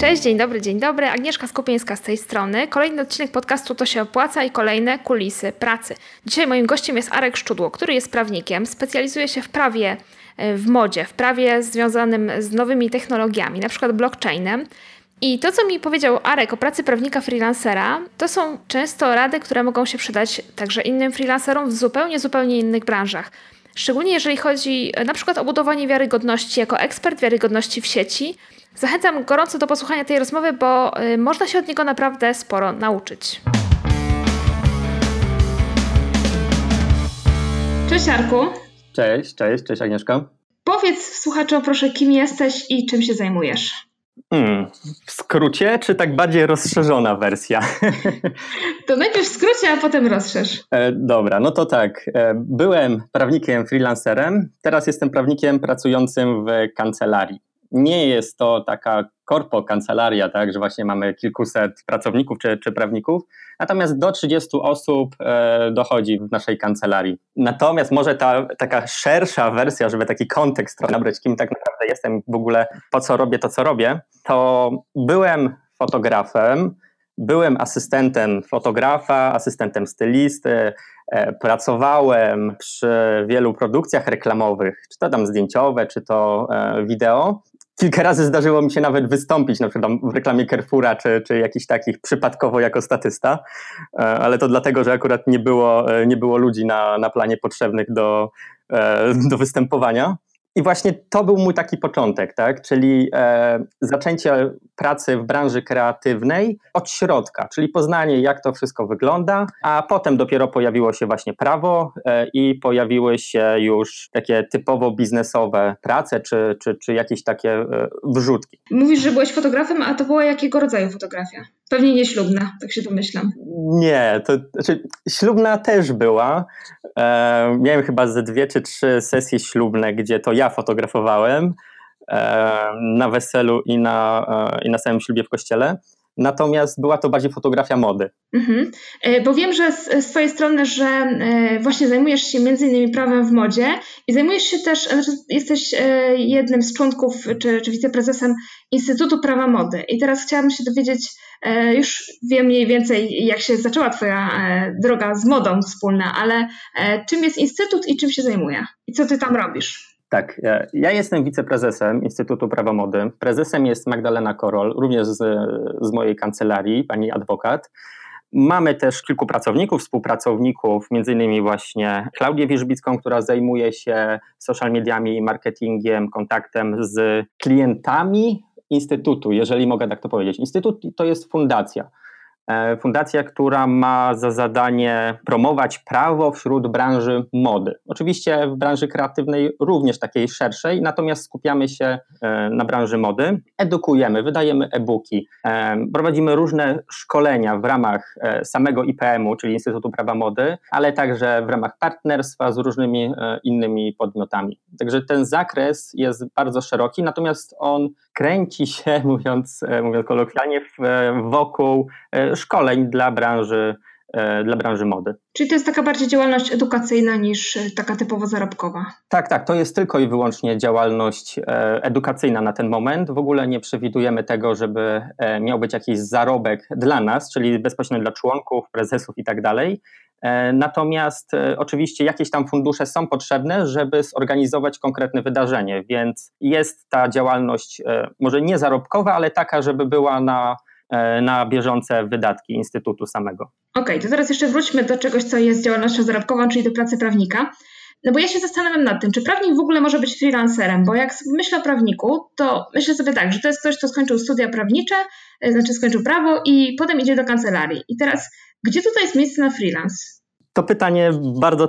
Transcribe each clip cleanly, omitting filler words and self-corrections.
Cześć, dzień dobry. Agnieszka Skupieńska z tej strony. Kolejny odcinek podcastu To się opłaca i kolejne kulisy pracy. Dzisiaj moim gościem jest Arek Szczudło, który jest prawnikiem, specjalizuje się w prawie w modzie, w prawie związanym z nowymi technologiami, na przykład blockchainem. I to, co mi powiedział Arek o pracy prawnika freelancera, to są często rady, które mogą się przydać także innym freelancerom w zupełnie innych branżach. Szczególnie jeżeli chodzi na przykład o budowanie wiarygodności jako ekspert wiarygodności w sieci. Zachęcam gorąco do posłuchania tej rozmowy, bo można się od niego naprawdę sporo nauczyć. Cześć Arku. Cześć Agnieszka. Powiedz słuchaczom proszę, kim jesteś i czym się zajmujesz? W skrócie, czy tak bardziej rozszerzona wersja? To najpierw w skrócie, a potem rozszerz. Dobra, no to tak. Byłem prawnikiem freelancerem, teraz jestem prawnikiem pracującym w kancelarii. Nie jest to taka kancelaria, tak, że właśnie mamy kilkuset pracowników czy prawników, natomiast do 30 osób dochodzi w naszej kancelarii. Natomiast może ta taka szersza wersja, żeby taki kontekst nabrać, kim tak naprawdę jestem, w ogóle po co robię to, co robię, to byłem fotografem, byłem asystentem fotografa, asystentem stylisty, pracowałem przy wielu produkcjach reklamowych, czy to tam zdjęciowe, czy to wideo. Kilka razy zdarzyło mi się nawet wystąpić na przykład w reklamie Carrefoura czy jakichś takich przypadkowo jako statysta, ale to dlatego, że akurat nie było ludzi na planie potrzebnych do występowania. I właśnie to był mój taki początek, tak? Czyli zaczęcie pracy w branży kreatywnej od środka, czyli poznanie, jak to wszystko wygląda, a potem dopiero pojawiło się właśnie prawo i pojawiły się już takie typowo biznesowe prace, czy jakieś takie wrzutki. Mówisz, że byłeś fotografem, a to była jakiego rodzaju fotografia? Pewnie nie ślubna, tak się domyślam. Nie, to znaczy ślubna też była. Miałem chyba ze 2 czy 3 sesje ślubne, gdzie to ja fotografowałem na weselu i na samym ślubie w kościele. Natomiast była to bardziej fotografia mody. Bo wiem, że z twojej strony, że właśnie zajmujesz się między innymi prawem w modzie i zajmujesz się też, znaczy jesteś jednym z członków czy wiceprezesem Instytutu Prawa Mody. I teraz chciałabym się dowiedzieć, już wiem mniej więcej, jak się zaczęła twoja droga z modą wspólna, ale czym jest Instytut i czym się zajmuje? I co ty tam robisz? Tak, ja jestem wiceprezesem Instytutu Prawa Mody. Prezesem jest Magdalena Korol, również z mojej kancelarii, pani adwokat. Mamy też kilku pracowników, współpracowników, między innymi właśnie Klaudię Wierzbicką, która zajmuje się social mediami, marketingiem, kontaktem z klientami Instytutu, jeżeli mogę tak to powiedzieć. Instytut to jest fundacja. Fundacja, która ma za zadanie promować prawo wśród branży mody. Oczywiście w branży kreatywnej również takiej szerszej, natomiast skupiamy się na branży mody. Edukujemy, wydajemy e-booki, prowadzimy różne szkolenia w ramach samego IPM-u, czyli Instytutu Prawa Mody, ale także w ramach partnerstwa z różnymi innymi podmiotami. Także ten zakres jest bardzo szeroki, natomiast on kręci się, mówiąc kolokwialnie, wokół szkoleń dla branży mody. Czyli to jest taka bardziej działalność edukacyjna niż taka typowo zarobkowa? Tak, to jest tylko i wyłącznie działalność edukacyjna na ten moment. W ogóle nie przewidujemy tego, żeby miał być jakiś zarobek dla nas, czyli bezpośrednio dla członków, prezesów i tak dalej. Natomiast oczywiście jakieś tam fundusze są potrzebne, żeby zorganizować konkretne wydarzenie, więc jest ta działalność może nie zarobkowa, ale taka, żeby była na bieżące wydatki Instytutu samego. Okej, to teraz jeszcze wróćmy do czegoś, co jest działalnością zarobkową, czyli do pracy prawnika. No bo ja się zastanawiam nad tym, czy prawnik w ogóle może być freelancerem, bo jak myślę o prawniku, to myślę sobie tak, że to jest ktoś, kto skończył studia prawnicze, znaczy skończył prawo i potem idzie do kancelarii. I teraz, gdzie tutaj jest miejsce na freelance? To pytanie bardzo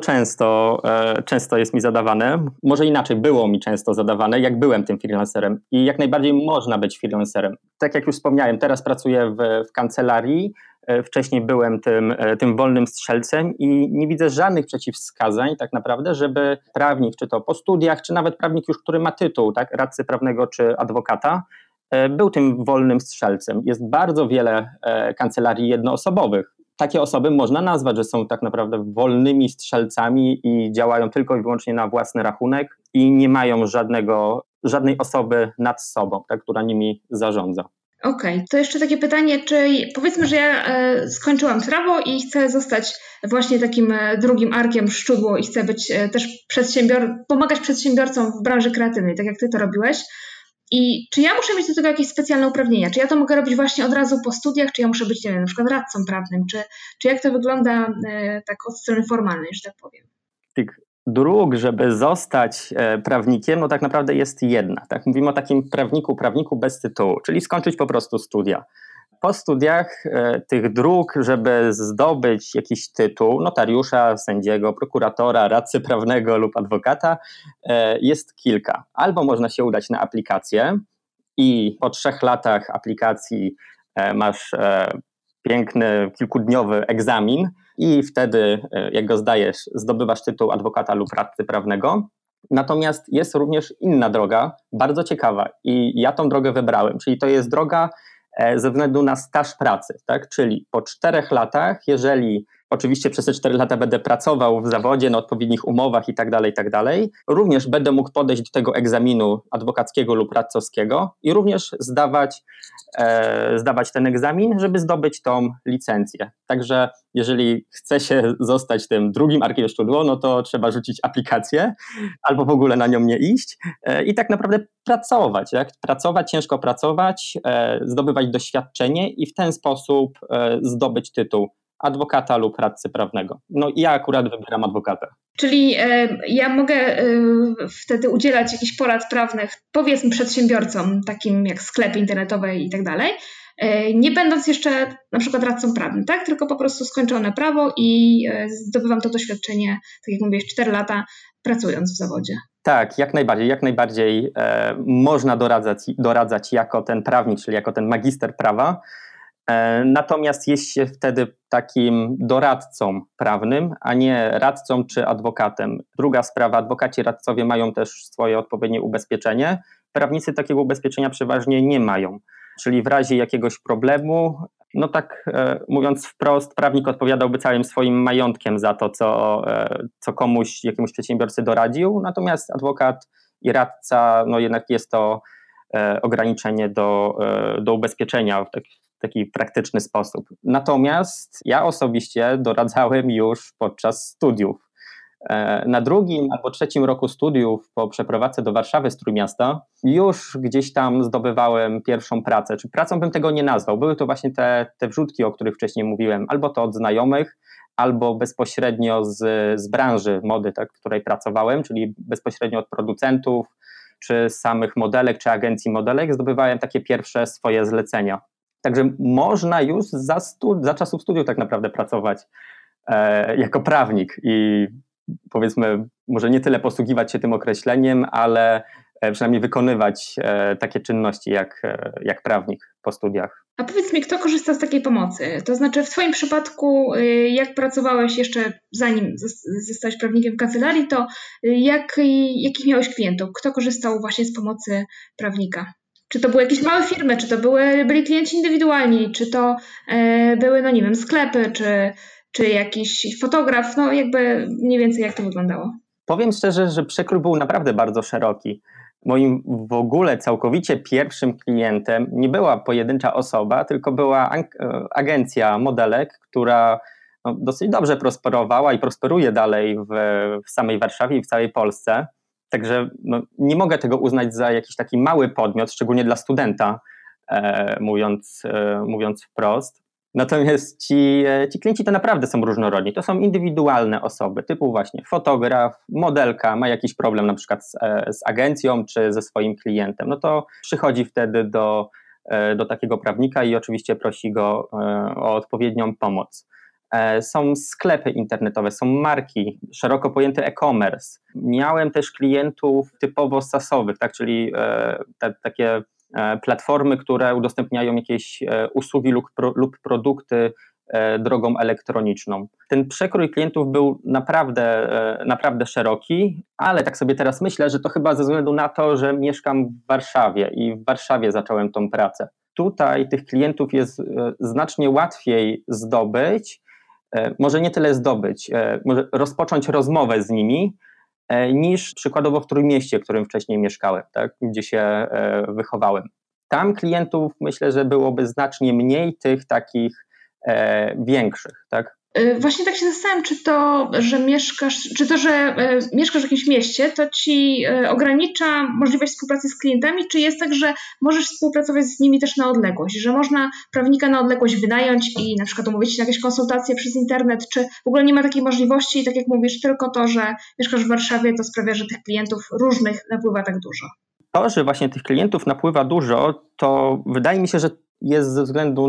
często jest mi zadawane. Może inaczej, było mi często zadawane, jak byłem tym freelancerem. I jak najbardziej można być freelancerem. Tak jak już wspomniałem, teraz pracuję w kancelarii. Wcześniej byłem tym wolnym strzelcem i nie widzę żadnych przeciwwskazań tak naprawdę, żeby prawnik, czy to po studiach, czy nawet prawnik już, który ma tytuł, tak, radcy prawnego czy adwokata, był tym wolnym strzelcem. Jest bardzo wiele kancelarii jednoosobowych. Takie osoby można nazwać, że są tak naprawdę wolnymi strzelcami i działają tylko i wyłącznie na własny rachunek i nie mają żadnej osoby nad sobą, tak, która nimi zarządza. Okej, to jeszcze takie pytanie, czy powiedzmy, że ja skończyłam prawo i chcę zostać właśnie takim drugim arkiem Szczudło i chcę być też pomagać przedsiębiorcom w branży kreatywnej, tak jak ty to robiłeś. I czy ja muszę mieć do tego jakieś specjalne uprawnienia? Czy ja to mogę robić właśnie od razu po studiach, czy ja muszę być, nie wiem, na przykład radcą prawnym, czy jak to wygląda tak od strony formalnej, że tak powiem? Tych dróg, żeby zostać prawnikiem, no tak naprawdę jest jedna. Tak? Mówimy o takim prawniku bez tytułu, czyli skończyć po prostu studia. Po studiach tych dróg, żeby zdobyć jakiś tytuł notariusza, sędziego, prokuratora, radcy prawnego lub adwokata, jest kilka. Albo można się udać na aplikację i po 3 latach aplikacji masz piękny, kilkudniowy egzamin i wtedy, jak go zdajesz, zdobywasz tytuł adwokata lub radcy prawnego. Natomiast jest również inna droga, bardzo ciekawa i ja tą drogę wybrałem, czyli to jest droga ze względu na staż pracy, tak? Czyli po 4 latach, jeżeli oczywiście przez te 4 lata będę pracował w zawodzie na odpowiednich umowach i tak dalej, również będę mógł podejść do tego egzaminu adwokackiego lub radcowskiego i również zdawać ten egzamin, żeby zdobyć tą licencję. Także jeżeli chce się zostać tym drugim arkiem Szczudło, no to trzeba rzucić aplikację albo w ogóle na nią nie iść i tak naprawdę pracować, tak? Ciężko pracować, zdobywać doświadczenie i w ten sposób zdobyć tytuł adwokata lub radcy prawnego. No i ja akurat wybieram adwokata. Czyli ja mogę wtedy udzielać jakichś porad prawnych, powiedzmy przedsiębiorcom, takim jak sklepy internetowe i tak dalej, nie będąc jeszcze na przykład radcą prawnym, tak? Tylko po prostu skończone prawo i zdobywam to doświadczenie, tak jak mówię, 4 lata pracując w zawodzie. Tak, jak najbardziej można doradzać jako ten prawnik, czyli jako ten magister prawa. Natomiast jest się wtedy takim doradcą prawnym, a nie radcą czy adwokatem. Druga sprawa, adwokaci, radcowie mają też swoje odpowiednie ubezpieczenie. Prawnicy takiego ubezpieczenia przeważnie nie mają. Czyli w razie jakiegoś problemu, no tak mówiąc wprost, prawnik odpowiadałby całym swoim majątkiem za to, co jakiemuś przedsiębiorcy doradził, natomiast adwokat i radca, no jednak jest to ograniczenie do ubezpieczenia w taki praktyczny sposób. Natomiast ja osobiście doradzałem już podczas studiów. Na 2. albo 3. roku studiów po przeprowadzce do Warszawy z Trójmiasta już gdzieś tam zdobywałem pierwszą pracę. Czy pracą bym tego nie nazwał. Były to właśnie te wrzutki, o których wcześniej mówiłem, albo to od znajomych, albo bezpośrednio z branży mody, tak, w której pracowałem, czyli bezpośrednio od producentów, czy samych modelek, czy agencji modelek zdobywałem takie pierwsze swoje zlecenia. Także można już za czasów studiów tak naprawdę pracować jako prawnik i powiedzmy może nie tyle posługiwać się tym określeniem, ale przynajmniej wykonywać takie czynności jak prawnik po studiach. A powiedz mi, kto korzysta z takiej pomocy? To znaczy w twoim przypadku, jak pracowałeś jeszcze zanim zostałeś prawnikiem w kancelarii, to jakich miałeś klientów? Kto korzystał właśnie z pomocy prawnika? Czy to były jakieś małe firmy, czy to byli klienci indywidualni, czy to były, no nie wiem, sklepy, czy jakiś fotograf, no jakby mniej więcej jak to wyglądało? Powiem szczerze, że przekrój był naprawdę bardzo szeroki. Moim w ogóle całkowicie pierwszym klientem nie była pojedyncza osoba, tylko była agencja modelek, która dosyć dobrze prosperowała i prosperuje dalej w samej Warszawie i w całej Polsce. Także nie mogę tego uznać za jakiś taki mały podmiot, szczególnie dla studenta, mówiąc wprost. Natomiast ci klienci to naprawdę są różnorodni. To są indywidualne osoby, typu właśnie fotograf, modelka, ma jakiś problem na przykład z agencją czy ze swoim klientem. No to przychodzi wtedy do takiego prawnika i oczywiście prosi go o odpowiednią pomoc. Są sklepy internetowe, są marki, szeroko pojęty e-commerce. Miałem też klientów typowo SaaS-owych, tak, czyli takie platformy, które udostępniają jakieś usługi lub produkty drogą elektroniczną. Ten przekrój klientów był naprawdę szeroki, ale tak sobie teraz myślę, że to chyba ze względu na to, że mieszkam w Warszawie i w Warszawie zacząłem tą pracę. Tutaj tych klientów jest znacznie łatwiej zdobyć, może nie tyle zdobyć, może rozpocząć rozmowę z nimi, niż przykładowo w Trójmieście, w którym wcześniej mieszkałem, tak, gdzie się wychowałem. Tam klientów myślę, że byłoby znacznie mniej tych takich większych, tak? Właśnie tak się zastanawiam, czy to, że mieszkasz w jakimś mieście, to ci ogranicza możliwość współpracy z klientami, czy jest tak, że możesz współpracować z nimi też na odległość, że można prawnika na odległość wynająć i na przykład umówić się na jakieś konsultacje przez internet, czy w ogóle nie ma takiej możliwości i tak jak mówisz, tylko to, że mieszkasz w Warszawie, to sprawia, że tych klientów różnych napływa tak dużo? To, że właśnie tych klientów napływa dużo, to wydaje mi się, że jest ze względu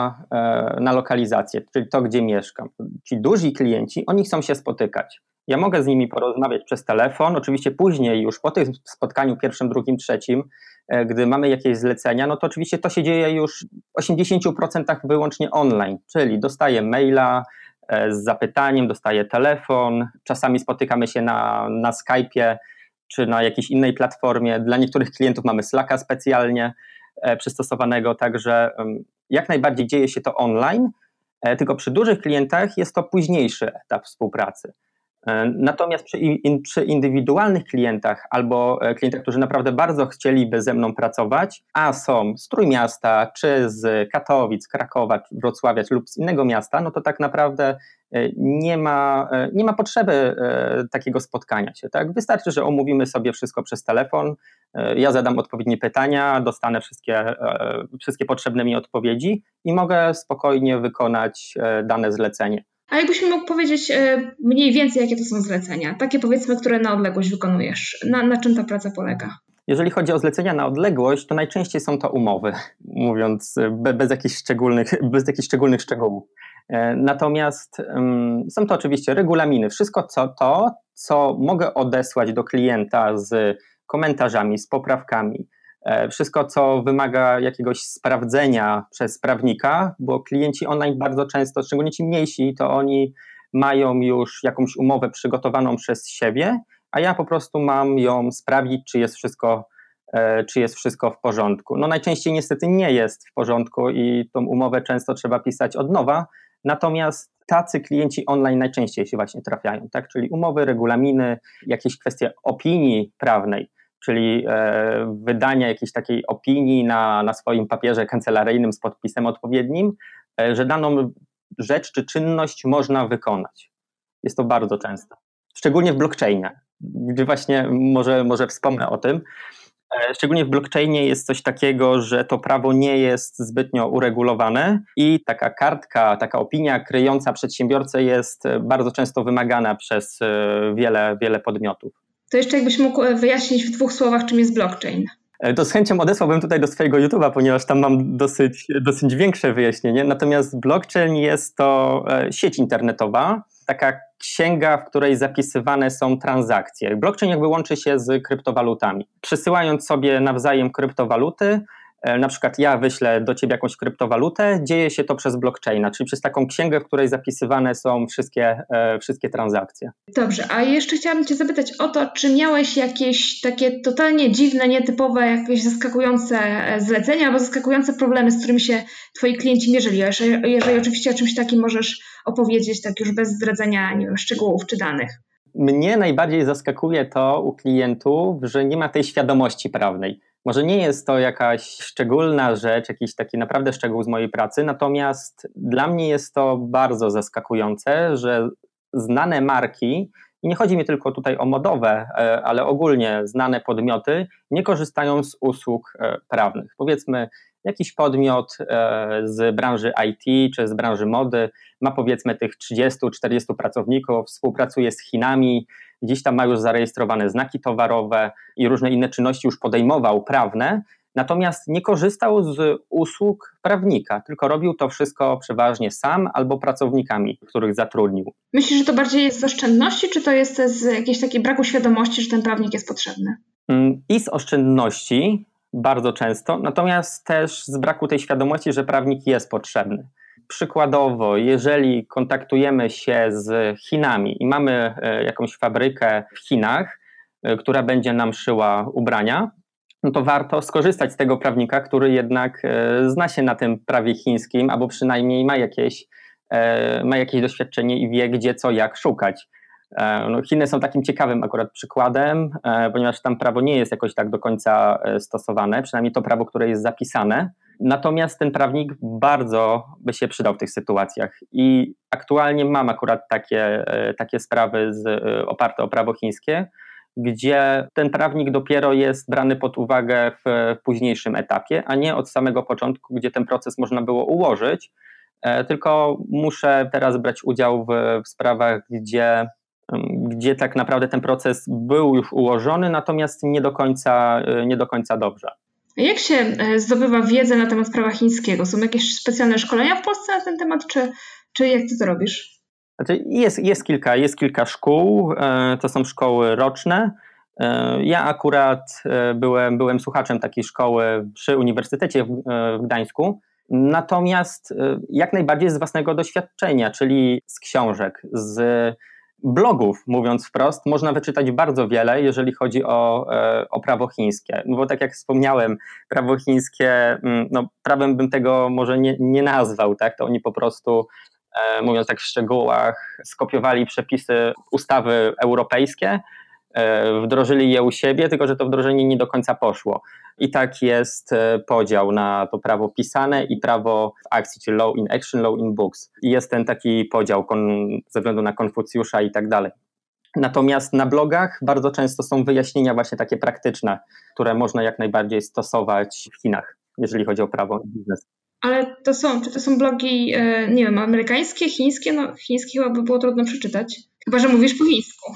na lokalizację, czyli to, gdzie mieszkam. Ci duzi klienci, oni chcą się spotykać. Ja mogę z nimi porozmawiać przez telefon, oczywiście później już po tym spotkaniu pierwszym, drugim, trzecim, gdy mamy jakieś zlecenia, no to oczywiście to się dzieje już w 80% wyłącznie online, czyli dostaję maila z zapytaniem, dostaję telefon, czasami spotykamy się na Skype'ie czy na jakiejś innej platformie. Dla niektórych klientów mamy Slacka specjalnie przystosowanego, także jak najbardziej dzieje się to online, tylko przy dużych klientach jest to późniejszy etap współpracy. Natomiast przy indywidualnych klientach albo klientach, którzy naprawdę bardzo chcieliby ze mną pracować, a są z Trójmiasta, czy z Katowic, Krakowa, Wrocławia, lub z innego miasta, no to tak naprawdę nie ma potrzeby takiego spotkania się. Tak? Wystarczy, że omówimy sobie wszystko przez telefon, ja zadam odpowiednie pytania, dostanę wszystkie potrzebne mi odpowiedzi i mogę spokojnie wykonać dane zlecenie. A jakbyś mi mógł powiedzieć mniej więcej, jakie to są zlecenia? Takie powiedzmy, które na odległość wykonujesz. Na czym ta praca polega? Jeżeli chodzi o zlecenia na odległość, to najczęściej są to umowy, mówiąc bez jakichś szczególnych szczegółów. Natomiast są to oczywiście regulaminy. Wszystko co mogę odesłać do klienta z komentarzami, z poprawkami, wszystko, co wymaga jakiegoś sprawdzenia przez prawnika, bo klienci online bardzo często, szczególnie ci mniejsi, to oni mają już jakąś umowę przygotowaną przez siebie, a ja po prostu mam ją sprawdzić, czy jest wszystko w porządku. No najczęściej niestety nie jest w porządku i tą umowę często trzeba pisać od nowa, natomiast tacy klienci online najczęściej się właśnie trafiają, tak? Czyli umowy, regulaminy, jakieś kwestie opinii prawnej, czyli wydania jakiejś takiej opinii na swoim papierze kancelaryjnym z podpisem odpowiednim, że daną rzecz czy czynność można wykonać. Jest to bardzo często. Szczególnie w blockchainie, gdzie właśnie może wspomnę o tym. Szczególnie w blockchainie jest coś takiego, że to prawo nie jest zbytnio uregulowane i taka kartka, taka opinia kryjąca przedsiębiorcę jest bardzo często wymagana przez wiele podmiotów. To jeszcze jakbyś mógł wyjaśnić w 2 słowach, czym jest blockchain. To z chęcią odesłałbym tutaj do swojego YouTube'a, ponieważ tam mam dosyć większe wyjaśnienie. Natomiast blockchain jest to sieć internetowa, taka księga, w której zapisywane są transakcje. Blockchain jakby łączy się z kryptowalutami. Przesyłając sobie nawzajem kryptowaluty, na przykład ja wyślę do ciebie jakąś kryptowalutę, dzieje się to przez blockchaina, czyli przez taką księgę, w której zapisywane są wszystkie transakcje. Dobrze, a jeszcze chciałabym cię zapytać o to, czy miałeś jakieś takie totalnie dziwne, nietypowe, jakieś zaskakujące zlecenia albo zaskakujące problemy, z którymi się twoi klienci mierzyli? Jeżeli oczywiście o czymś takim możesz opowiedzieć, tak już bez zdradzenia, nie wiem, szczegółów czy danych. Mnie najbardziej zaskakuje to u klientów, że nie ma tej świadomości prawnej. Może nie jest to jakaś szczególna rzecz, jakiś taki naprawdę szczegół z mojej pracy, natomiast dla mnie jest to bardzo zaskakujące, że znane marki, i nie chodzi mi tylko tutaj o modowe, ale ogólnie znane podmioty, nie korzystają z usług prawnych. Powiedzmy, jakiś podmiot z branży IT czy z branży mody ma powiedzmy tych 30-40 pracowników, współpracuje z Chinami, gdzieś tam ma już zarejestrowane znaki towarowe i różne inne czynności już podejmował prawne, natomiast nie korzystał z usług prawnika, tylko robił to wszystko przeważnie sam albo pracownikami, których zatrudnił. Myślisz, że to bardziej jest z oszczędności, czy to jest z jakiejś takiej braku świadomości, że ten prawnik jest potrzebny? I z oszczędności bardzo często, natomiast też z braku tej świadomości, że prawnik jest potrzebny. Przykładowo, jeżeli kontaktujemy się z Chinami i mamy jakąś fabrykę w Chinach, która będzie nam szyła ubrania, no to warto skorzystać z tego prawnika, który jednak zna się na tym prawie chińskim, albo przynajmniej ma jakieś doświadczenie i wie, gdzie, co, jak szukać. No, Chiny są takim ciekawym akurat przykładem, ponieważ tam prawo nie jest jakoś tak do końca stosowane, przynajmniej to prawo, które jest zapisane. Natomiast ten prawnik bardzo by się przydał w tych sytuacjach i aktualnie mam akurat takie sprawy oparte o prawo chińskie, gdzie ten prawnik dopiero jest brany pod uwagę w późniejszym etapie, a nie od samego początku, gdzie ten proces można było ułożyć, tylko muszę teraz brać udział w sprawach, gdzie tak naprawdę ten proces był już ułożony, natomiast nie do końca dobrze. A jak się zdobywa wiedzę na temat prawa chińskiego? Są jakieś specjalne szkolenia w Polsce na ten temat, czy jak ty to robisz? Znaczy jest kilka szkół, to są szkoły roczne. Ja akurat byłem słuchaczem takiej szkoły przy Uniwersytecie w Gdańsku, natomiast jak najbardziej z własnego doświadczenia, czyli z książek, z blogów, mówiąc wprost, można wyczytać bardzo wiele, jeżeli chodzi o prawo chińskie. No bo tak jak wspomniałem, prawo chińskie, no prawem bym tego może nie nazwał, tak? To oni po prostu, mówiąc tak w szczegółach, skopiowali przepisy ustawy europejskie, wdrożyli je u siebie, tylko że to wdrożenie nie do końca poszło. I tak jest podział na to prawo pisane i prawo w akcji, czyli law in action, law in books. I jest ten taki podział ze względu na Konfucjusza i tak dalej. Natomiast na blogach bardzo często są wyjaśnienia właśnie takie praktyczne, które można jak najbardziej stosować w Chinach, jeżeli chodzi o prawo i biznes. Ale czy to są blogi, nie wiem, amerykańskie, chińskie? No chińskie chyba by było trudno przeczytać. Chyba że mówisz po chińsku.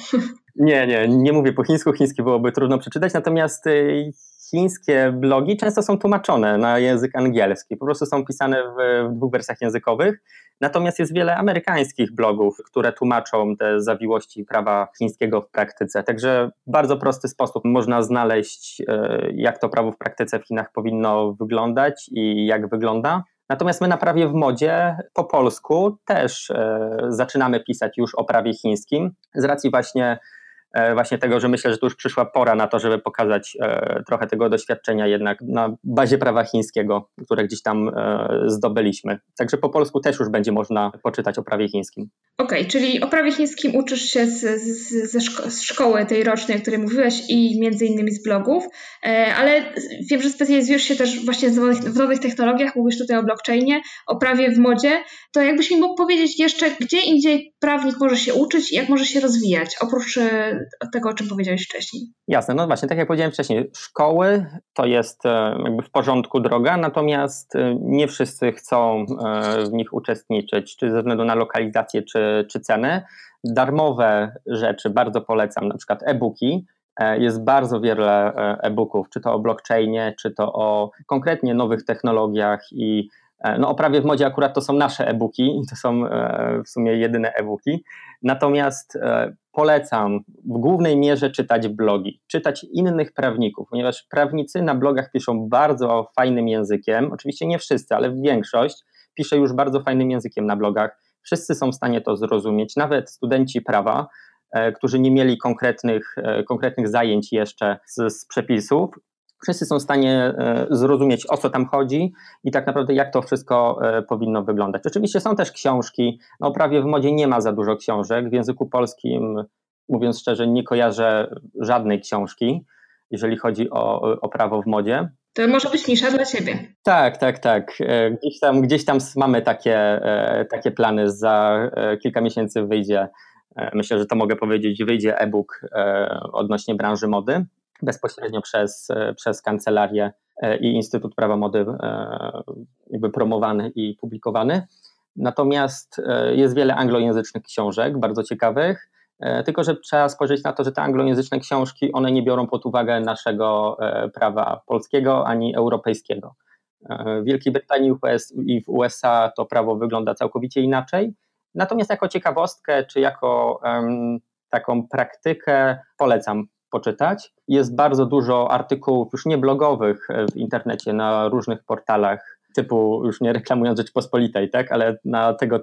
Nie mówię po chińsku, chiński byłoby trudno przeczytać, natomiast chińskie blogi często są tłumaczone na język angielski, po prostu są pisane w dwóch wersjach językowych, natomiast jest wiele amerykańskich blogów, które tłumaczą te zawiłości prawa chińskiego w praktyce, także w bardzo prosty sposób można znaleźć, jak to prawo w praktyce w Chinach powinno wyglądać i jak wygląda. Natomiast my na prawie w modzie po polsku też zaczynamy pisać już o prawie chińskim z racji właśnie tego, że myślę, że tu już przyszła pora na to, żeby pokazać trochę tego doświadczenia jednak na bazie prawa chińskiego, które gdzieś tam zdobyliśmy. Także po polsku też już będzie można poczytać o prawie chińskim. Okej, czyli o prawie chińskim uczysz się z szkoły tej rocznej, o której mówiłeś i między innymi z blogów, ale wiem, że specjalizujesz się też właśnie w nowych technologiach, mówisz tutaj o blockchainie, o prawie w modzie, to jakbyś mi mógł powiedzieć jeszcze, gdzie indziej prawnik może się uczyć i jak może się rozwijać, oprócz tego, o czym powiedziałeś wcześniej. Jasne, no właśnie, tak jak powiedziałem wcześniej, szkoły to jest jakby w porządku droga, natomiast nie wszyscy chcą w nich uczestniczyć, czy ze względu na lokalizację, czy ceny. Darmowe rzeczy bardzo polecam, na przykład e-booki. Jest bardzo wiele e-booków, czy to o blockchainie, czy to o konkretnie nowych technologiach i o prawie w modzie akurat to są nasze e-booki, to są w sumie jedyne e-booki, natomiast polecam w głównej mierze czytać blogi, czytać innych prawników, ponieważ prawnicy na blogach piszą bardzo fajnym językiem, oczywiście nie wszyscy, ale większość pisze już bardzo fajnym językiem na blogach, wszyscy są w stanie to zrozumieć, nawet studenci prawa, którzy nie mieli konkretnych zajęć jeszcze z przepisów, wszyscy są w stanie zrozumieć, o co tam chodzi i tak naprawdę jak to wszystko powinno wyglądać. Oczywiście są też książki, o prawie w modzie nie ma za dużo książek, w języku polskim, mówiąc szczerze, nie kojarzę żadnej książki, jeżeli chodzi o prawo w modzie. To może być nisza dla ciebie. Tak. Gdzieś tam mamy takie plany, za kilka miesięcy wyjdzie, myślę, że to mogę powiedzieć, wyjdzie e-book odnośnie branży mody, bezpośrednio przez kancelarię i Instytut Prawa Mody jakby promowany i publikowany. Natomiast jest wiele anglojęzycznych książek, bardzo ciekawych, tylko że trzeba spojrzeć na to, że te anglojęzyczne książki, one nie biorą pod uwagę naszego prawa polskiego ani europejskiego. W Wielkiej Brytanii i w USA to prawo wygląda całkowicie inaczej, natomiast jako ciekawostkę czy jako taką praktykę polecam poczytać. Jest bardzo dużo artykułów już nie blogowych w internecie na różnych portalach typu, już nie reklamując Rzeczpospolitej, tak, ale na tego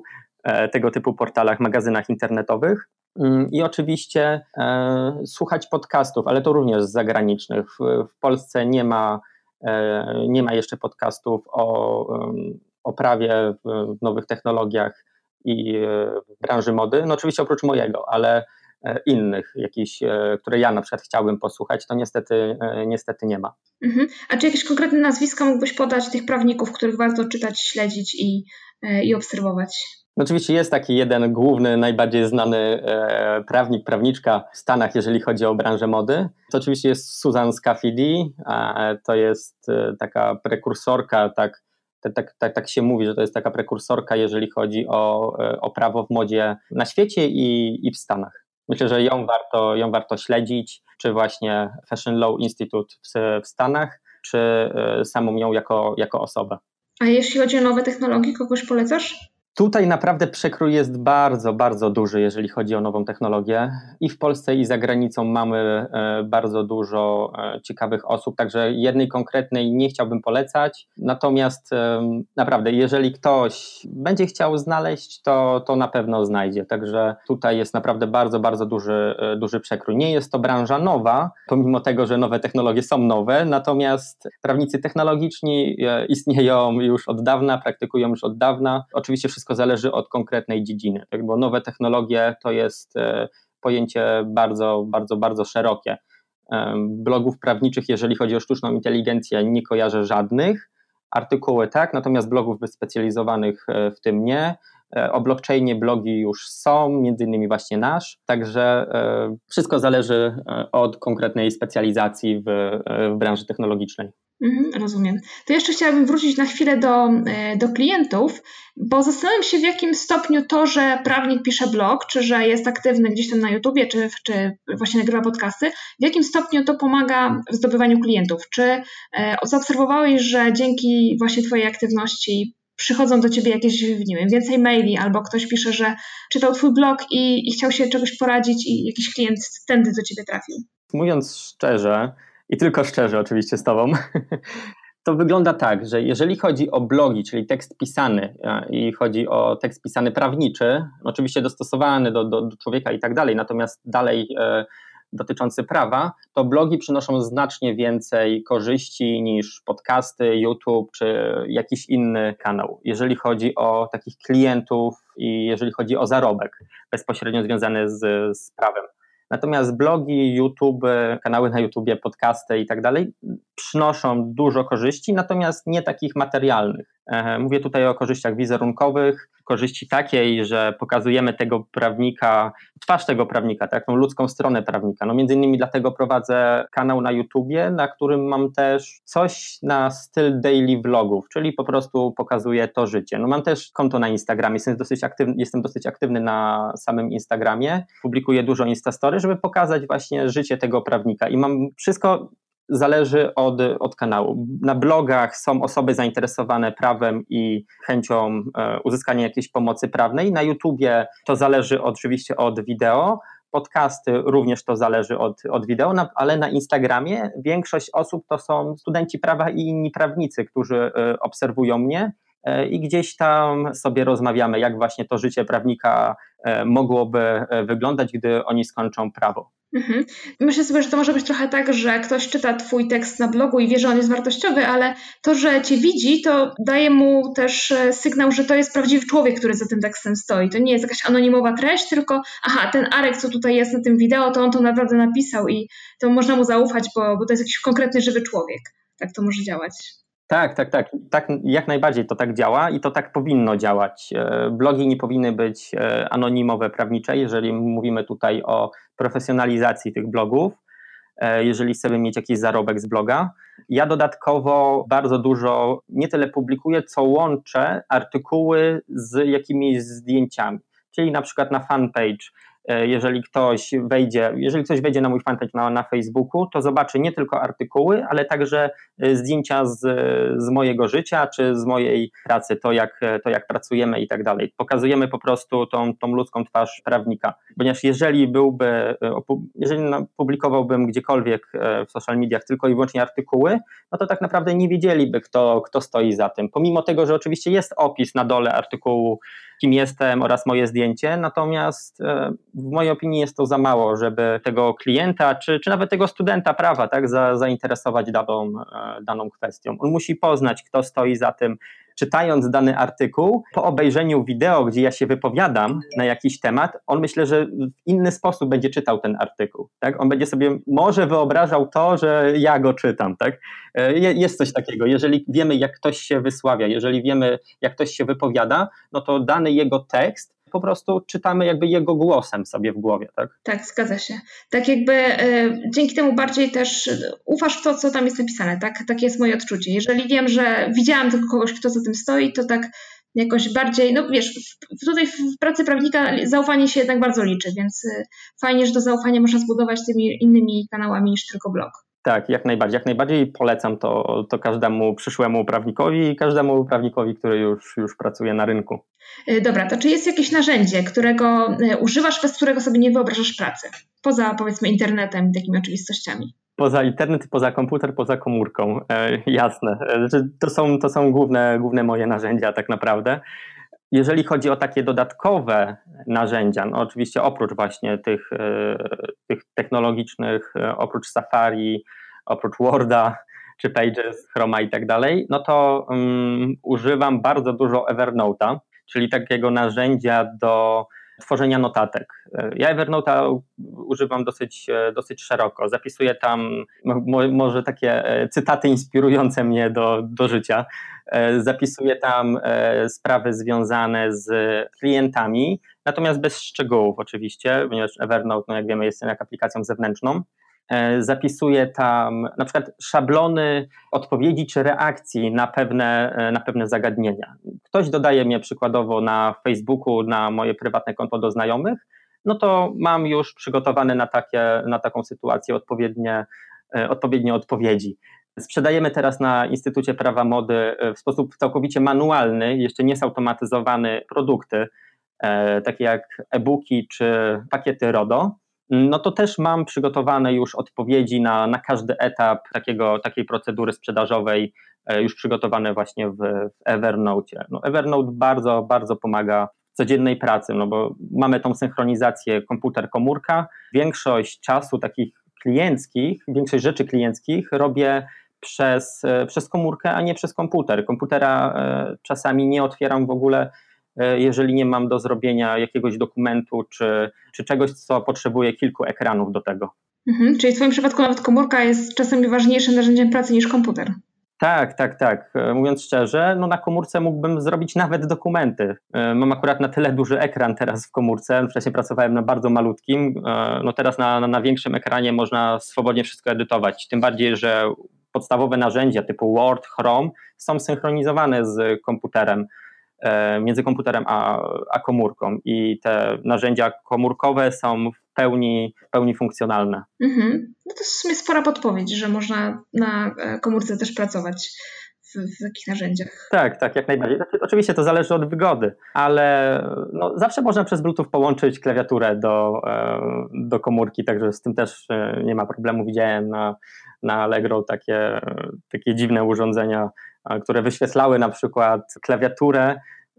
typu portalach, magazynach internetowych. I oczywiście słuchać podcastów, ale to również z zagranicznych. W Polsce nie ma jeszcze podcastów o prawie w nowych technologiach i w branży mody, no oczywiście oprócz mojego, ale innych jakichś, które ja na przykład chciałbym posłuchać, to niestety nie ma. A czy jakieś konkretne nazwiska mógłbyś podać tych prawników, których warto czytać, śledzić i obserwować? No oczywiście jest taki jeden główny, najbardziej znany prawniczka w Stanach, jeżeli chodzi o branżę mody. To oczywiście jest Susan Scafidi, to jest taka prekursorka, tak się mówi, że to jest taka prekursorka, jeżeli chodzi o prawo w modzie na świecie i w Stanach. Myślę, że ją warto śledzić, czy właśnie Fashion Law Institute w Stanach, czy samą ją jako osobę. A jeśli chodzi o nowe technologie, kogoś polecasz? Tutaj naprawdę przekrój jest bardzo, bardzo duży, jeżeli chodzi o nową technologię. I w Polsce, i za granicą mamy bardzo dużo ciekawych osób, także jednej konkretnej nie chciałbym polecać. Natomiast naprawdę, jeżeli ktoś będzie chciał znaleźć, to na pewno znajdzie. Także tutaj jest naprawdę bardzo, bardzo duży przekrój. Nie jest to branża nowa, pomimo tego, że nowe technologie są nowe, natomiast prawnicy technologiczni istnieją już od dawna, praktykują już od dawna. Oczywiście wszystko zależy od konkretnej dziedziny, tak? Bo nowe technologie to jest pojęcie bardzo, bardzo, bardzo szerokie. Blogów prawniczych, jeżeli chodzi o sztuczną inteligencję, nie kojarzę żadnych, artykuły tak, natomiast blogów wyspecjalizowanych w tym nie. O blockchainie blogi już są, między innymi właśnie nasz, także wszystko zależy od konkretnej specjalizacji w branży technologicznej. Rozumiem. To jeszcze chciałabym wrócić na chwilę do klientów, bo zastanawiam się, w jakim stopniu to, że prawnik pisze blog, czy że jest aktywny gdzieś tam na YouTubie, czy właśnie nagrywa podcasty, w jakim stopniu to pomaga w zdobywaniu klientów? Czy zaobserwowałeś, że dzięki właśnie twojej aktywności przychodzą do ciebie jakieś, nie wiem, więcej maili, albo ktoś pisze, że czytał twój blog i chciał się czegoś poradzić i jakiś klient tędy do ciebie trafił? Mówiąc szczerze, i tylko szczerze oczywiście z tobą, to wygląda tak, że jeżeli chodzi o blogi, czyli tekst pisany i chodzi o tekst pisany prawniczy, oczywiście dostosowany do człowieka i tak dalej, natomiast dalej dotyczący prawa, to blogi przynoszą znacznie więcej korzyści niż podcasty, YouTube czy jakiś inny kanał, jeżeli chodzi o takich klientów i jeżeli chodzi o zarobek bezpośrednio związany z prawem. Natomiast blogi, YouTube, kanały na YouTubie, podcasty i tak dalej przynoszą dużo korzyści, natomiast nie takich materialnych. Mówię tutaj o korzyściach wizerunkowych, korzyści takiej, że pokazujemy tego prawnika, twarz tego prawnika, taką ludzką stronę prawnika. No między innymi dlatego prowadzę kanał na YouTubie, na którym mam też coś na styl daily vlogów, czyli po prostu pokazuję to życie. No mam też konto na Instagramie, jestem dosyć aktywny na samym Instagramie, publikuję dużo Instastory, żeby pokazać właśnie życie tego prawnika i mam wszystko zależy od kanału. Na blogach są osoby zainteresowane prawem i chęcią uzyskania jakiejś pomocy prawnej. Na YouTubie to zależy oczywiście od wideo. Podcasty również to zależy od wideo, ale na Instagramie większość osób to są studenci prawa i inni prawnicy, którzy obserwują mnie i gdzieś tam sobie rozmawiamy, jak właśnie to życie prawnika mogłoby wyglądać, gdy oni skończą prawo. Myślę sobie, że to może być trochę tak, że ktoś czyta twój tekst na blogu i wie, że on jest wartościowy, ale to, że cię widzi, to daje mu też sygnał, że to jest prawdziwy człowiek, który za tym tekstem stoi. To nie jest jakaś anonimowa treść, tylko ten Arek, co tutaj jest na tym wideo, to on to naprawdę napisał i to można mu zaufać, bo to jest jakiś konkretny, żywy człowiek. Tak to może działać. Tak, jak najbardziej to tak działa i to tak powinno działać. Blogi nie powinny być anonimowe, prawnicze, jeżeli mówimy tutaj o profesjonalizacji tych blogów, jeżeli chcemy mieć jakiś zarobek z bloga. Ja dodatkowo bardzo dużo nie tyle publikuję, co łączę artykuły z jakimiś zdjęciami, czyli na przykład na fanpage. Jeżeli ktoś wejdzie na mój fanpage na Facebooku, to zobaczy nie tylko artykuły, ale także zdjęcia z mojego życia, czy z mojej pracy, to jak pracujemy i tak dalej. Pokazujemy po prostu tą ludzką twarz prawnika, ponieważ jeżeli publikowałbym gdziekolwiek w social mediach tylko i wyłącznie artykuły, no to tak naprawdę nie wiedzieliby, kto stoi za tym. Pomimo tego, że oczywiście jest opis na dole artykułu, kim jestem oraz moje zdjęcie, natomiast w mojej opinii jest to za mało, żeby tego klienta, czy nawet tego studenta prawa zainteresować daną kwestią. On musi poznać, kto stoi za tym, czytając dany artykuł, po obejrzeniu wideo, gdzie ja się wypowiadam na jakiś temat, on myślę, że w inny sposób będzie czytał ten artykuł. Tak? On będzie sobie może wyobrażał to, że ja go czytam. Tak? Jest coś takiego. Jeżeli wiemy, jak ktoś się wysławia, jeżeli wiemy, jak ktoś się wypowiada, no to dany jego tekst po prostu czytamy jakby jego głosem sobie w głowie, tak? Tak, zgadza się. Tak jakby dzięki temu bardziej też ufasz w to, co tam jest napisane, tak? Takie jest moje odczucie. Jeżeli wiem, że widziałam tylko kogoś, kto za tym stoi, to tak jakoś bardziej, no wiesz, tutaj w pracy prawnika zaufanie się jednak bardzo liczy, więc fajnie, że to zaufanie można zbudować tymi innymi kanałami niż tylko blog. Tak, jak najbardziej polecam to każdemu przyszłemu prawnikowi i każdemu prawnikowi, który już pracuje na rynku. Dobra, to czy jest jakieś narzędzie, którego używasz, bez którego sobie nie wyobrażasz pracy? Poza, powiedzmy, internetem i takimi oczywistościami. Poza internet, poza komputer, poza komórką, jasne. To są główne moje narzędzia tak naprawdę. Jeżeli chodzi o takie dodatkowe narzędzia, no oczywiście oprócz właśnie tych technologicznych, oprócz Safari, oprócz Worda czy Pages, Chroma i tak dalej, no to używam bardzo dużo Evernote'a, czyli takiego narzędzia do tworzenia notatek. Ja Evernote'a używam dosyć szeroko. Zapisuję tam może takie cytaty inspirujące mnie do życia. Zapisuję tam sprawy związane z klientami, natomiast bez szczegółów oczywiście, ponieważ Evernote, no jak wiemy, jest jak aplikacją zewnętrzną. Zapisuję tam na przykład szablony odpowiedzi czy reakcji na pewne zagadnienia. Ktoś dodaje mnie przykładowo na Facebooku na moje prywatne konto do znajomych, no to mam już przygotowane na taką sytuację odpowiednie odpowiedzi. Sprzedajemy teraz na Instytucie Prawa Mody w sposób całkowicie manualny, jeszcze niezautomatyzowany produkty, takie jak e-booki czy pakiety RODO. No to też mam przygotowane już odpowiedzi na każdy etap takiej procedury sprzedażowej, już przygotowane właśnie w Evernote. No Evernote bardzo, bardzo pomaga w codziennej pracy, no bo mamy tą synchronizację komputer-komórka. Większość czasu takich klienckich, większość rzeczy klienckich robię przez komórkę, a nie przez komputer. Komputera czasami nie otwieram w ogóle, jeżeli nie mam do zrobienia jakiegoś dokumentu czy czegoś, co potrzebuje kilku ekranów do tego. Czyli w Twoim przypadku nawet komórka jest czasami ważniejszym narzędziem pracy niż komputer. Tak. Mówiąc szczerze, no na komórce mógłbym zrobić nawet dokumenty. Mam akurat na tyle duży ekran teraz w komórce, wcześniej pracowałem na bardzo malutkim, no teraz na większym ekranie można swobodnie wszystko edytować, tym bardziej, że podstawowe narzędzia typu Word, Chrome są synchronizowane z komputerem, między komputerem a komórką i te narzędzia komórkowe są w pełni funkcjonalne. No to jest w sumie spora podpowiedź, że można na komórce też pracować w takich narzędziach. Tak, jak najbardziej. Oczywiście to zależy od wygody, ale no, zawsze można przez Bluetooth połączyć klawiaturę do komórki, także z tym też nie ma problemu. Widziałem na Allegro takie dziwne urządzenia, które wyświetlały na przykład klawiaturę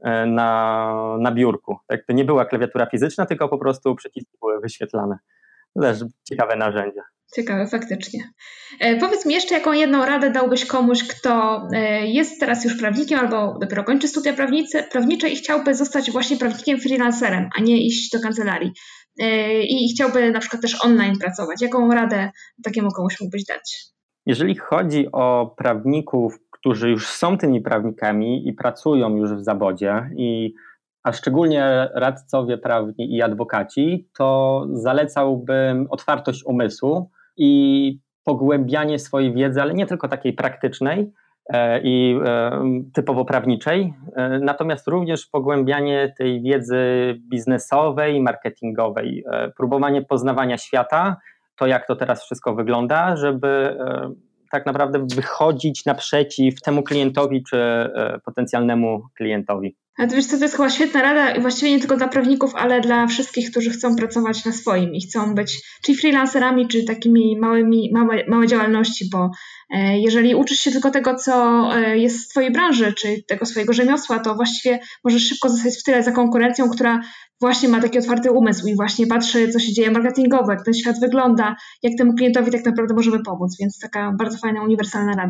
na biurku. Tak, to nie była klawiatura fizyczna, tylko po prostu przyciski były wyświetlane. To też ciekawe narzędzie. Ciekawe, faktycznie. Powiedz mi jeszcze, jaką jedną radę dałbyś komuś, kto jest teraz już prawnikiem albo dopiero kończy studia prawnicze i chciałby zostać właśnie prawnikiem freelancerem, a nie iść do kancelarii i chciałby na przykład też online pracować. Jaką radę takiemu komuś mógłbyś dać? Jeżeli chodzi o prawników, którzy już są tymi prawnikami i pracują już w zawodzie, a szczególnie radcowie prawni i adwokaci, to zalecałbym otwartość umysłu i pogłębianie swojej wiedzy, ale nie tylko takiej praktycznej i typowo prawniczej, natomiast również pogłębianie tej wiedzy biznesowej, marketingowej, próbowanie poznawania świata, to jak to teraz wszystko wygląda, żeby tak naprawdę wychodzić naprzeciw temu klientowi czy potencjalnemu klientowi. A to wiesz co, to jest chyba świetna rada, właściwie nie tylko dla prawników, ale dla wszystkich, którzy chcą pracować na swoim i chcą być czy freelancerami, czy takimi małe działalności, bo jeżeli uczysz się tylko tego, co jest w twojej branży, czy tego swojego rzemiosła, to właściwie możesz szybko zostać w tyle za konkurencją, która właśnie ma taki otwarty umysł i właśnie patrzy, co się dzieje marketingowo, jak ten świat wygląda, jak temu klientowi tak naprawdę możemy pomóc, więc taka bardzo fajna, uniwersalna rada.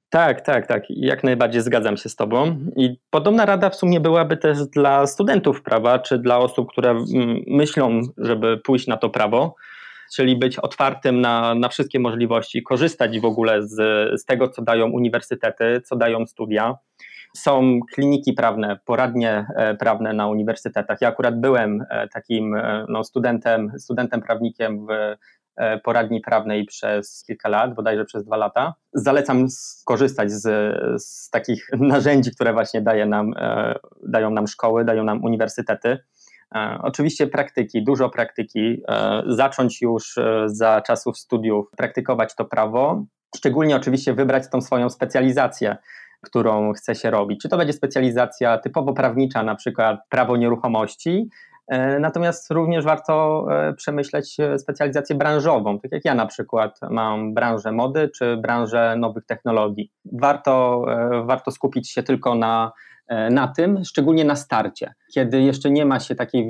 Tak. Jak najbardziej zgadzam się z Tobą. I podobna rada w sumie byłaby też dla studentów prawa, czy dla osób, które myślą, żeby pójść na to prawo, czyli być otwartym na wszystkie możliwości, korzystać w ogóle z tego, co dają uniwersytety, co dają studia. Są kliniki prawne, poradnie prawne na uniwersytetach. Ja akurat byłem takim studentem prawnikiem w poradni prawnej przez kilka lat, bodajże przez 2 lata. Zalecam skorzystać z takich narzędzi, które właśnie dają nam szkoły, dają nam uniwersytety. Oczywiście praktyki, dużo praktyki, zacząć już za czasów studiów praktykować to prawo, szczególnie oczywiście wybrać tą swoją specjalizację, którą chce się robić. Czy to będzie specjalizacja typowo prawnicza, na przykład prawo nieruchomości, natomiast również warto przemyśleć specjalizację branżową, tak jak ja na przykład mam branżę mody czy branżę nowych technologii. Warto skupić się tylko na tym, szczególnie na starcie, kiedy jeszcze nie ma się takiej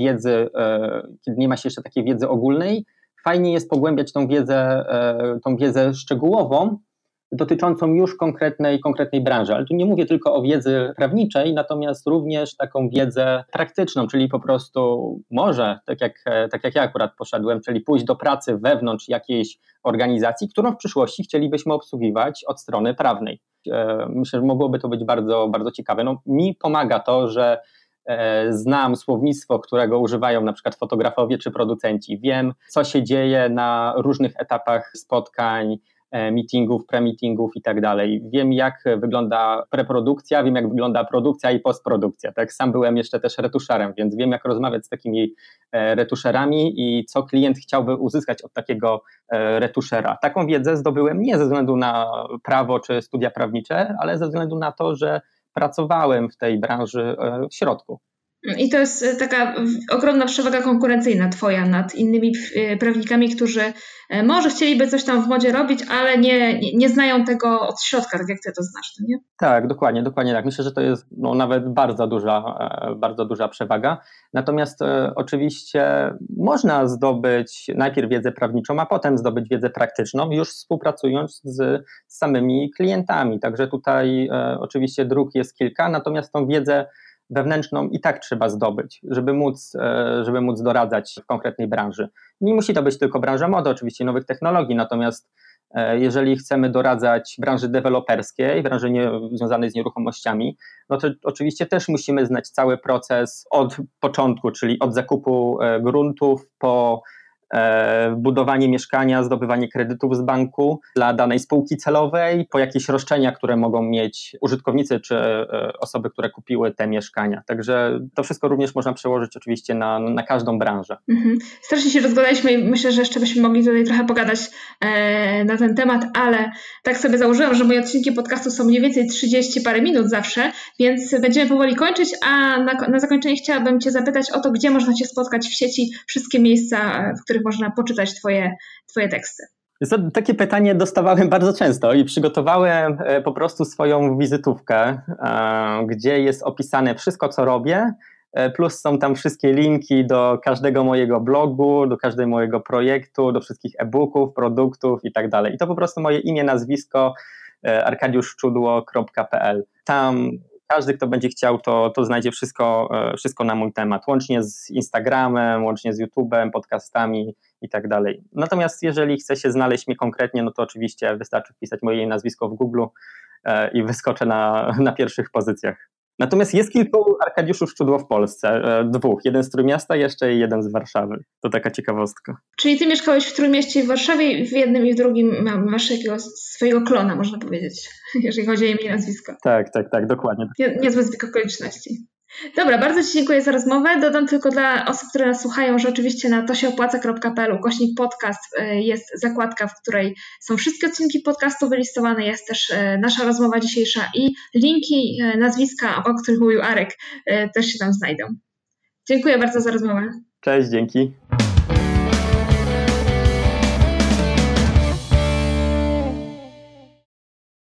wiedzy ogólnej. Fajnie jest pogłębiać tą wiedzę szczegółową dotyczącą już konkretnej branży, ale tu nie mówię tylko o wiedzy prawniczej, natomiast również taką wiedzę praktyczną, czyli po prostu może, tak jak ja akurat poszedłem, czyli pójść do pracy wewnątrz jakiejś organizacji, którą w przyszłości chcielibyśmy obsługiwać od strony prawnej. Myślę, że mogłoby to być bardzo, bardzo ciekawe. Mi pomaga to, że znam słownictwo, którego używają na przykład fotografowie czy producenci. Wiem, co się dzieje na różnych etapach spotkań, meetingów, pre-meetingów i tak dalej. Wiem, jak wygląda preprodukcja, wiem, jak wygląda produkcja i postprodukcja. Tak, sam byłem jeszcze też retuszerem, więc wiem, jak rozmawiać z takimi retuszerami i co klient chciałby uzyskać od takiego retuszera. Taką wiedzę zdobyłem nie ze względu na prawo czy studia prawnicze, ale ze względu na to, że pracowałem w tej branży w środku. I to jest taka ogromna przewaga konkurencyjna twoja nad innymi prawnikami, którzy może chcieliby coś tam w modzie robić, ale nie znają tego od środka, tak jak ty to znasz, to nie? Tak, dokładnie tak. Myślę, że to jest nawet bardzo duża przewaga. Natomiast oczywiście można zdobyć najpierw wiedzę prawniczą, a potem zdobyć wiedzę praktyczną, już współpracując z samymi klientami. Także tutaj oczywiście dróg jest kilka, natomiast tą wiedzę wewnętrzną i tak trzeba zdobyć, żeby móc doradzać w konkretnej branży. Nie musi to być tylko branża mody, oczywiście nowych technologii, natomiast jeżeli chcemy doradzać branży deweloperskiej, branży związanej z nieruchomościami, no to oczywiście też musimy znać cały proces od początku, czyli od zakupu gruntów po budowanie mieszkania, zdobywanie kredytów z banku dla danej spółki celowej, po jakieś roszczenia, które mogą mieć użytkownicy czy osoby, które kupiły te mieszkania. Także to wszystko również można przełożyć oczywiście na każdą branżę. Strasznie się rozgadaliśmy i myślę, że jeszcze byśmy mogli tutaj trochę pogadać na ten temat, ale tak sobie założyłam, że moje odcinki podcastu są mniej więcej 30 parę minut zawsze, więc będziemy powoli kończyć, a na zakończenie chciałabym Cię zapytać o to, gdzie można Cię spotkać w sieci, wszystkie miejsca, w których można poczytać Twoje teksty. Takie pytanie dostawałem bardzo często i przygotowałem po prostu swoją wizytówkę, gdzie jest opisane wszystko, co robię, plus są tam wszystkie linki do każdego mojego blogu, do każdego mojego projektu, do wszystkich e-booków, produktów i tak dalej. I to po prostu moje imię, nazwisko arkadiuszczudło.pl. Tam każdy, kto będzie chciał, to znajdzie wszystko na mój temat, łącznie z Instagramem, łącznie z YouTube'em, podcastami i tak dalej. Natomiast jeżeli chce się znaleźć mnie konkretnie, no to oczywiście wystarczy wpisać moje nazwisko w Google i wyskoczę na pierwszych pozycjach. Natomiast jest kilku Arkadiuszów Szczudło w Polsce, 2. Jeden z Trójmiasta jeszcze i jeden z Warszawy. To taka ciekawostka. Czyli ty mieszkałeś w Trójmieście i w Warszawie, w jednym i w drugim masz jakiegoś swojego klona, można powiedzieć, jeżeli chodzi o imię i nazwisko. Tak, dokładnie. Niezły zbieg okoliczności. Dobra, bardzo Ci dziękuję za rozmowę. Dodam tylko dla osób, które nas słuchają, że oczywiście na tosieopłaca.pl/podcast jest zakładka, w której są wszystkie odcinki podcastu wylistowane, jest też nasza rozmowa dzisiejsza i linki, nazwiska, o których mówił Arek, też się tam znajdą. Dziękuję bardzo za rozmowę. Cześć, dzięki.